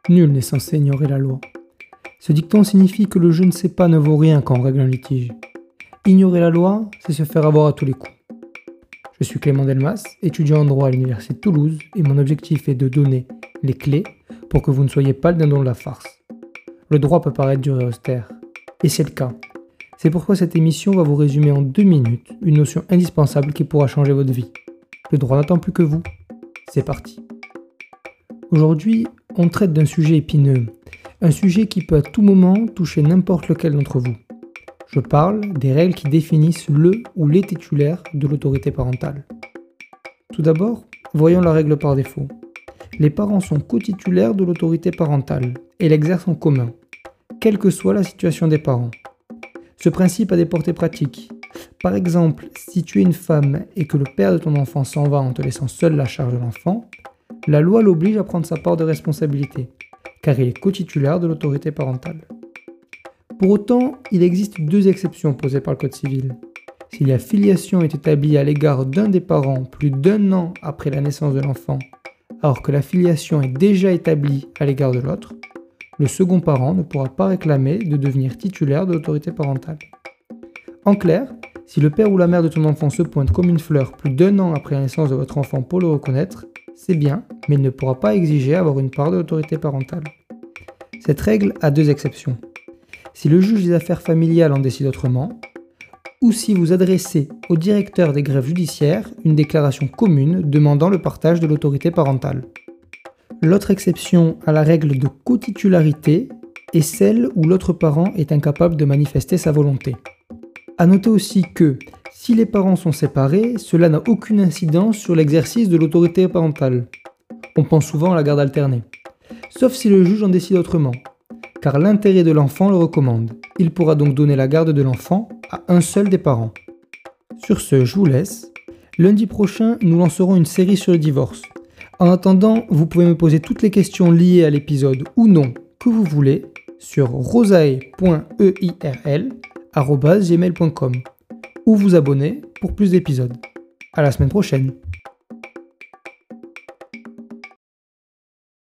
Nul n'est censé ignorer la loi. Ce dicton signifie que le je ne sais pas ne vaut rien quand on règle un litige. Ignorer la loi, c'est se faire avoir à tous les coups. Je suis Clément Delmas, étudiant en droit à l'Université de Toulouse, et mon objectif est de donner les clés pour que vous ne soyez pas le dindon de la farce. Le droit peut paraître dur et austère, et c'est le cas. C'est pourquoi cette émission va vous résumer en 2 minutes une notion indispensable qui pourra changer votre vie. Le droit n'attend plus que vous. C'est parti. Aujourd'hui, on traite d'un sujet épineux, un sujet qui peut à tout moment toucher n'importe lequel d'entre vous. Je parle des règles qui définissent le ou les titulaires de l'autorité parentale. Tout d'abord, voyons la règle par défaut. Les parents sont co-titulaires de l'autorité parentale et l'exercent en commun, quelle que soit la situation des parents. Ce principe a des portées pratiques. Par exemple, si tu es une femme et que le père de ton enfant s'en va en te laissant seule la charge de l'enfant, la loi l'oblige à prendre sa part de responsabilité, car il est co-titulaire de l'autorité parentale. Pour autant, il existe 2 exceptions posées par le Code civil. Si la filiation est établie à l'égard d'un des parents plus d'1 an après la naissance de l'enfant, alors que la filiation est déjà établie à l'égard de l'autre, le second parent ne pourra pas réclamer de devenir titulaire de l'autorité parentale. En clair, si le père ou la mère de ton enfant se pointe comme une fleur plus d'1 an après la naissance de votre enfant pour le reconnaître, c'est bien, mais il ne pourra pas exiger avoir une part de l'autorité parentale. Cette règle a 2 exceptions. Si le juge des affaires familiales en décide autrement, ou si vous adressez au directeur des greffes judiciaires une déclaration commune demandant le partage de l'autorité parentale. L'autre exception à la règle de cotitularité est celle où l'autre parent est incapable de manifester sa volonté. À noter aussi que, si les parents sont séparés, cela n'a aucune incidence sur l'exercice de l'autorité parentale. On pense souvent à la garde alternée. Sauf si le juge en décide autrement, car l'intérêt de l'enfant le recommande. Il pourra donc donner la garde de l'enfant à un seul des parents. Sur ce, je vous laisse. Lundi prochain, nous lancerons une série sur le divorce. En attendant, vous pouvez me poser toutes les questions liées à l'épisode ou non que vous voulez sur rosae.eirl@gmail.com ou vous abonner pour plus d'épisodes. À la semaine prochaine.